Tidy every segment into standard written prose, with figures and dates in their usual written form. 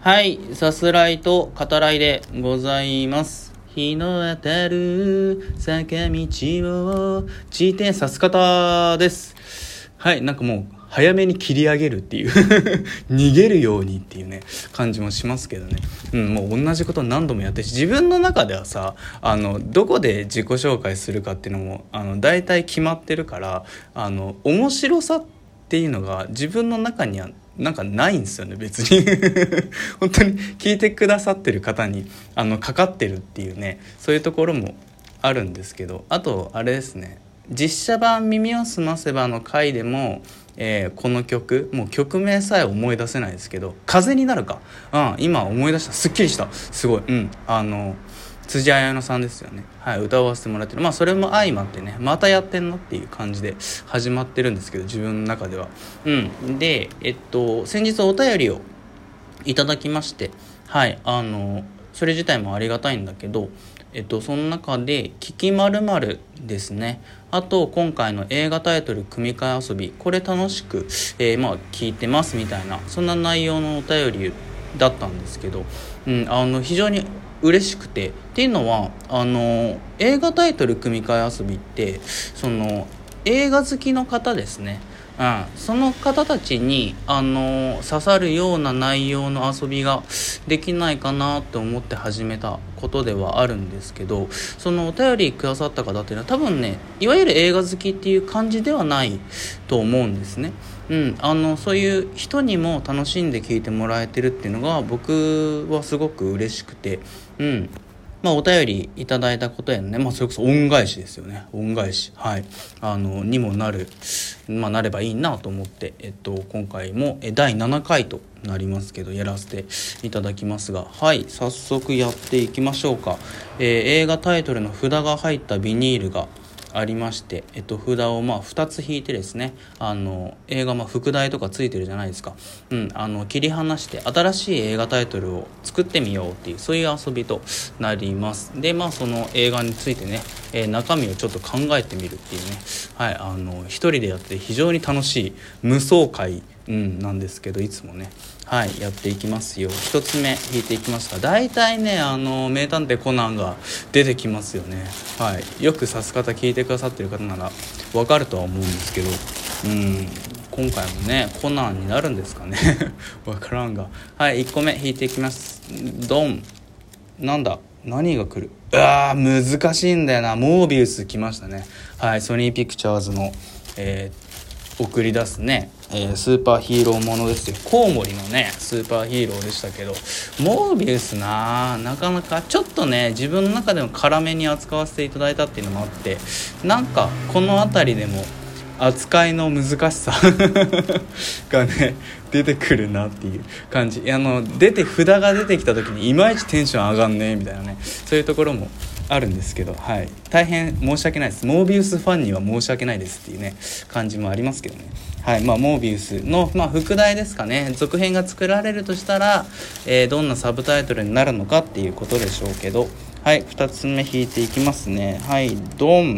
はい、さすらいと語らいでございます。日の当たる坂道を自転さす方です。はい、なんかもう早めに切り上げるっていう逃げるようにっていうね感じもしますけどね。もう同じこと何度もやってるし、自分の中ではさ、どこで自己紹介するかっていうのも大体決まってるから、面白さっていうのが自分の中にはなんかないんですよね、別に本当に聞いてくださってる方にかかってるっていうね、そういうところもあるんですけど、あとあれですね、実写版耳をすませばの回でも、この曲、もう曲名さえ思い出せないですけど、風になるか、今思い出した、すっきりした、すごい、辻彩乃さんですよね。はい、歌わせてもらってる。それも相まってね、またやってんのっていう感じで始まってるんですけど、自分の中では。で、先日お便りをいただきまして、はい、それ自体もありがたいんだけど、その中で聞き〇〇ですね。あと今回の映画タイトル組み替え遊び、これ楽しく、聞いてますみたいな、そんな内容のお便りだったんですけど、非常に嬉しくて、っていうのは映画タイトル組み替え遊びって、その映画好きの方ですね、その方たちに刺さるような内容の遊びができないかなって思って始めたことではあるんですけど、そのお便りくださった方っていうのは多分ね、いわゆる映画好きっていう感じではないと思うんですね。そういう人にも楽しんで聞いてもらえてるっていうのが僕はすごく嬉しくて、お便りいただいたことへのね、それこそ恩返しですよね。恩返し、はい、にもなる、なればいいなと思って、今回も第7回となりますけどやらせていただきますが、はい、早速やっていきましょうか。映画タイトルの札が入ったビニールがありまして、札を2つ引いてですね、映画副題とかついてるじゃないですか。切り離して新しい映画タイトルを作ってみようっていう、そういう遊びとなります。でその映画についてね、中身をちょっと考えてみるっていうね、はい、一人でやって非常に楽しい無双会、なんですけど、いつもね、はい、やっていきますよ。一つ目引いていきますが、大体ね名探偵コナンが出てきますよね。はい、よく指す方聞いてくださってる方ならわかるとは思うんですけど、今回もねコナンになるんですかねわからんが、はい、1個目引いていきます。ドン。何が来る。難しいんだよな。モービウス来ましたね。はい、ソニーピクチャーズの、送り出すね、スーパーヒーローものですよ。コウモリのねスーパーヒーローでしたけど、モービウスなかなかちょっとね自分の中でも辛めに扱わせていただいたっていうのもあって、なんかこの辺りでも扱いの難しさがね出てくるなっていう感じ。札が出てきた時にいまいちテンション上がんねみたいなね、そういうところもあるんですけど、はい、大変申し訳ないです。モービウスファンには申し訳ないですっていうね感じもありますけどね。はい、モービウスの、副題ですかね。続編が作られるとしたら、どんなサブタイトルになるのかっていうことでしょうけど、はい、2つ目引いていきますね。はい、ドン。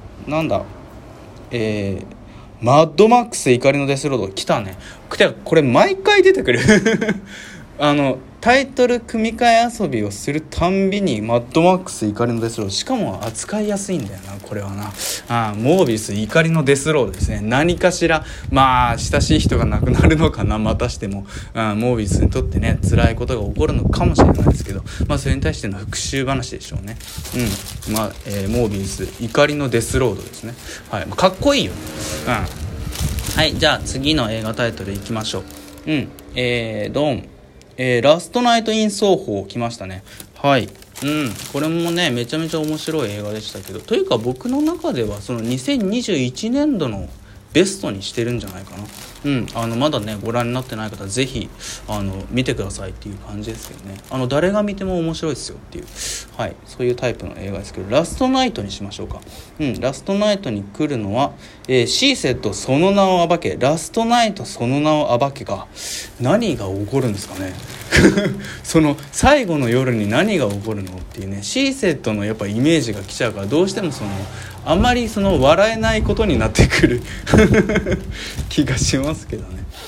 マッドマックス怒りのデスロード来たね。これ毎回出てくるタイトル組み替え遊びをするたんびにマッドマックス怒りのデスロード、しかも扱いやすいんだよなこれはな。モービス怒りのデスロードですね。何かしら親しい人が亡くなるのかな、またしても、モービスにとってね辛いことが起こるのかもしれないですけど、それに対しての復讐話でしょうね。モービス怒りのデスロードですね。はい、かっこいいよね。はい、じゃあ次の映画タイトルいきましょう。ドン。ラストナイトイン奏法来ましたね。はい、これもねめちゃめちゃ面白い映画でしたけど、というか僕の中ではその2021年度のベストにしてるんじゃないかな。まだねご覧になってない方ぜひ見てくださいっていう感じですけどね。誰が見ても面白いですよっていう、はい、そういうタイプの映画ですけど、ラストナイトにしましょうか。ラストナイトに来るのは、シーセットその名を暴け。ラストナイトその名を暴けが何が起こるんですかねその最後の夜に何が起こるのっていうね、シーセットのやっぱイメージが来ちゃうから、どうしてもあんまり笑えないことになってくる気がしますけどね。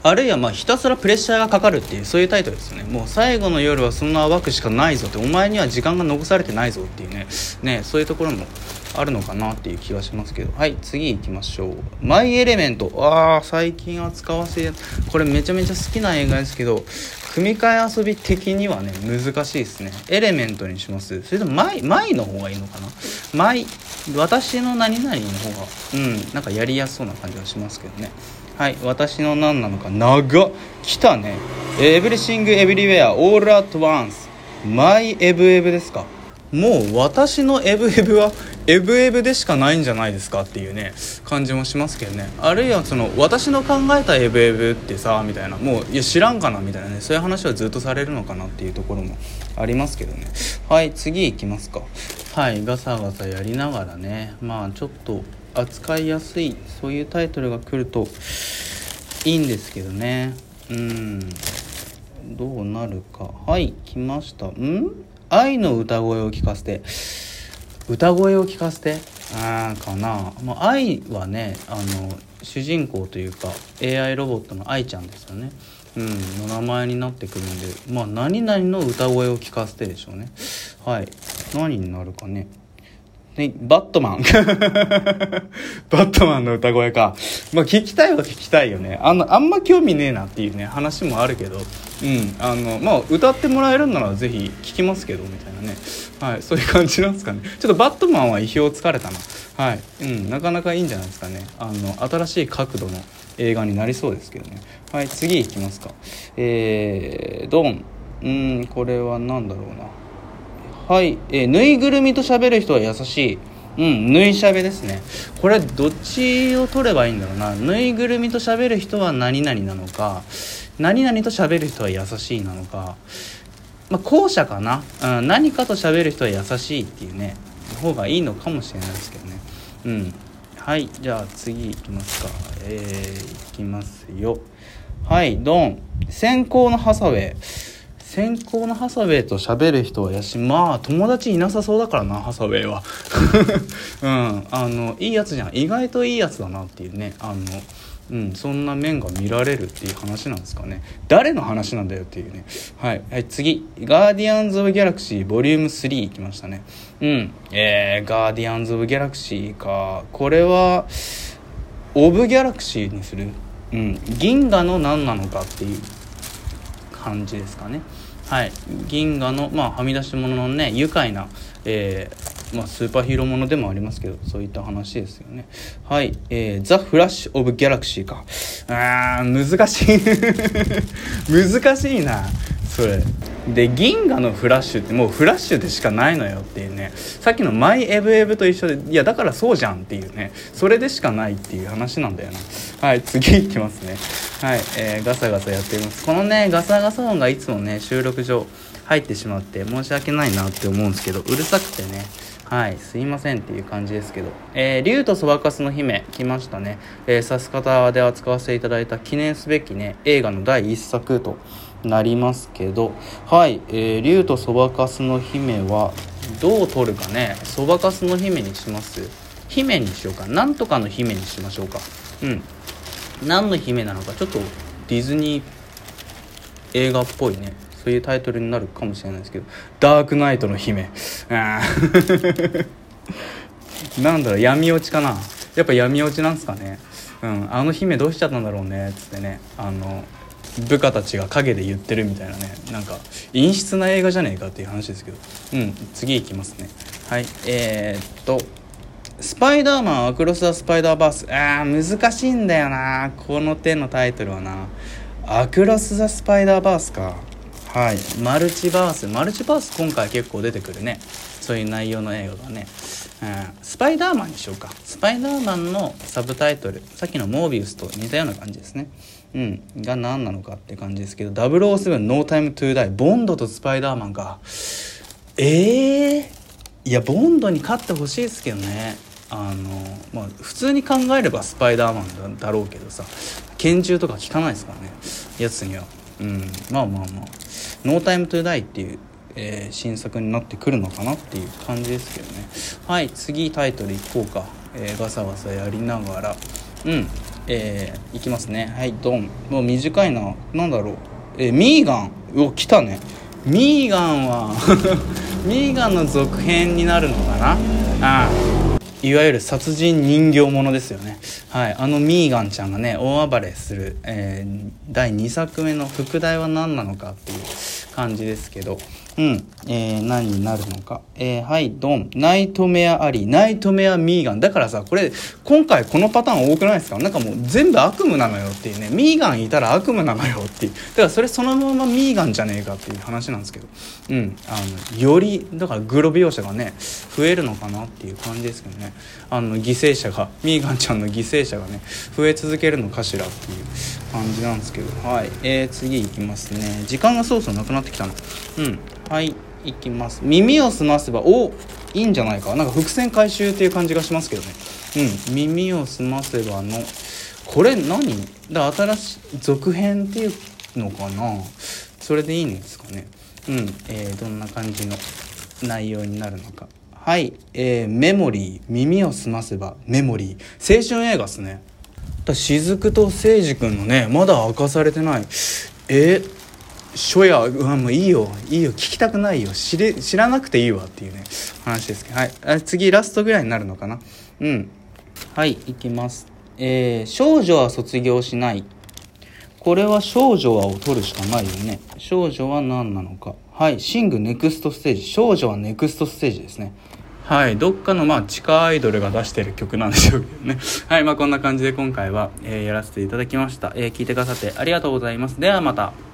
あるいはまあひたすらプレッシャーがかかるっていう、そういうタイトルですね。もう最後の夜はそんな暴くしかないぞって、お前には時間が残されてないぞっていうね、そういうところもあるのかなっていう気がしますけど。はい、次行きましょう。マイエレメント。最近扱わせ、これめちゃめちゃ好きな映画ですけど、組み替え遊び的にはね難しいですね。エレメントにします？それともマイの方がいいのかな。私の何々の方がなんかやりやすそうな感じはしますけどね。はい、私の何なのか。長っ、来たね。Everything Everywhere All at Once マイエブエブですか。もう私のエブエブはエブエブでしかないんじゃないですかっていうね感じもしますけどね。あるいはその私の考えたエブエブってさみたいな、もういや知らんかなみたいなね、そういう話はずっとされるのかなっていうところもありますけどね。はい、次いきますか。はい、ガサガサやりながらね、まあちょっと扱いやすいそういうタイトルが来るといいんですけどね。どうなるか。はい、来ました。愛の歌声を聞かせて。歌声を聞かせてかな。愛はね主人公というか AI ロボットの愛ちゃんですよね。の名前になってくるんで、何々の歌声を聞かせてでしょうね。はい、何になるかね。バットマンバットマンの歌声か。聞きたいは聞きたいよね。あんま興味ねえなっていうね話もあるけど、歌ってもらえるんならぜひ聞きますけどみたいなね。はい、そういう感じなんですかね。ちょっとバットマンは意表をつかれたな。はい、なかなかいいんじゃないですかね。新しい角度の映画になりそうですけどね。はい、次いきますか。ドン。これは何だろうな。はい、ぬいぐるみと喋る人は優しい。ぬいしゃべですね。これどっちを取ればいいんだろうな。ぬいぐるみと喋る人は何々なのか、何々と喋る人は優しいなのか、後者かな。何かと喋る人は優しいっていうね方がいいのかもしれないですけどね。はい、じゃあ次いきますか。いきますよ。はい、ドン。先行のハサウェイ。先行のハサウェイと喋る人は友達いなさそうだからな、ハサウェイは。いいやつじゃん。意外といいやつだなっていうね。そんな面が見られるっていう話なんですかね。誰の話なんだよっていうね。はい、次ガーディアンズ・オブ・ギャラクシーボリューム3いきましたね。ガーディアンズ・オブ・ギャラクシーか。これはオブ・ギャラクシーにする。銀河の何なのかっていう感じですかね。はい、銀河のはみ出し物のね愉快な、スーパーヒーローものでもありますけど、そういった話ですよね。はい、ザ・フラッシュ・オブ・ギャラクシーか。難しい難しいなそれで。銀河のフラッシュってもうフラッシュでしかないのよっていうね。さっきのマイエブエブと一緒で、いやだからそうじゃんっていうね、それでしかないっていう話なんだよな。はい、次いきますね。はい、ガサガサやっています。このねガサガサ音がいつもね収録上入ってしまって申し訳ないなって思うんですけど、うるさくてね、はいすいませんっていう感じですけど、竜とそばかすの姫来ましたね。さす方で扱わせていただいた記念すべきね映画の第1作となりますけど、はい、竜とそばかすの姫はどう撮るかね。そばかすの姫にします？姫にしようか。なんとかの姫にしましょうか。何の姫なのかちょっとディズニー映画っぽいね、そういうタイトルになるかもしれないですけど、ダークナイトの姫なんだろう、闇落ちかな。やっぱ闇落ちなんすかね。あの姫どうしちゃったんだろうねつってね、部下たちが陰で言ってるみたいなね、なんか陰湿な映画じゃねえかっていう話ですけど。次いきますね。はい、スパイダーマンアクロス・ザ・スパイダーバース。難しいんだよなこの手のタイトルはな。アクロス・ザ・スパイダーバースか。はい、マルチバース今回結構出てくるね、そういう内容の映画がね。スパイダーマンにしようか。スパイダーマンのサブタイトル、さっきのモービウスと似たような感じですね。が何なのかって感じですけど、007ノータイムトゥーダイ、ボンドとスパイダーマンか。いやボンドに勝ってほしいですけどね。普通に考えればスパイダーマン だろうけどさ、拳銃とか効かないですからねやつには。ノータイムトゥーダイっていう、新作になってくるのかなっていう感じですけどね。はい、次タイトルいこうか。ガサガサやりながらいきますね。はい、ドン。もう短いな。なんだろう。ミーガン。来たね。ミーガンはミーガンの続編になるのかな。いわゆる殺人人形ものですよね。はい、ミーガンちゃんがね大暴れする、第2作目の副題は何なのかっていう感じですけど、何になるのか。はいドン。ナイトメアあり、ナイトメアミーガン。だからさ、これ今回このパターン多くないですか。なんかもう全部悪夢なのよっていうね。ミーガンいたら悪夢なのよっていう。だからそれそのままミーガンじゃねえかっていう話なんですけど、よりだからグロ描写がね増えるのかなっていう感じですけどね。犠牲者が、ミーガンちゃんの犠牲者がね増え続けるのかしらっていう感じなんですけど、はい、次いきますね。時間がそろそろなくなってきたな。はいいきます。耳をすませば、いいんじゃないか。なんか伏線回収っていう感じがしますけどね。耳をすませばのこれ何だ、新しい続編っていうのかな。それでいいんですかね。どんな感じの内容になるのか。はい、メモリー、耳をすませばメモリー、青春映画っすね。雫と聖司くんのねまだ明かされてない。もういいよ聞きたくないよ、知らなくていいわっていうね話ですけど、はい、次ラストぐらいになるのかな。はいいきます。少女は卒業しない。これは少女はを取るしかないよね。少女は何なのか。はい、シングネクストステージ。少女はネクストステージですね。はい、どっかの地下アイドルが出してる曲なんでしょうけどね。はい、こんな感じで今回は、やらせていただきました。聞いてくださってありがとうございます。ではまた。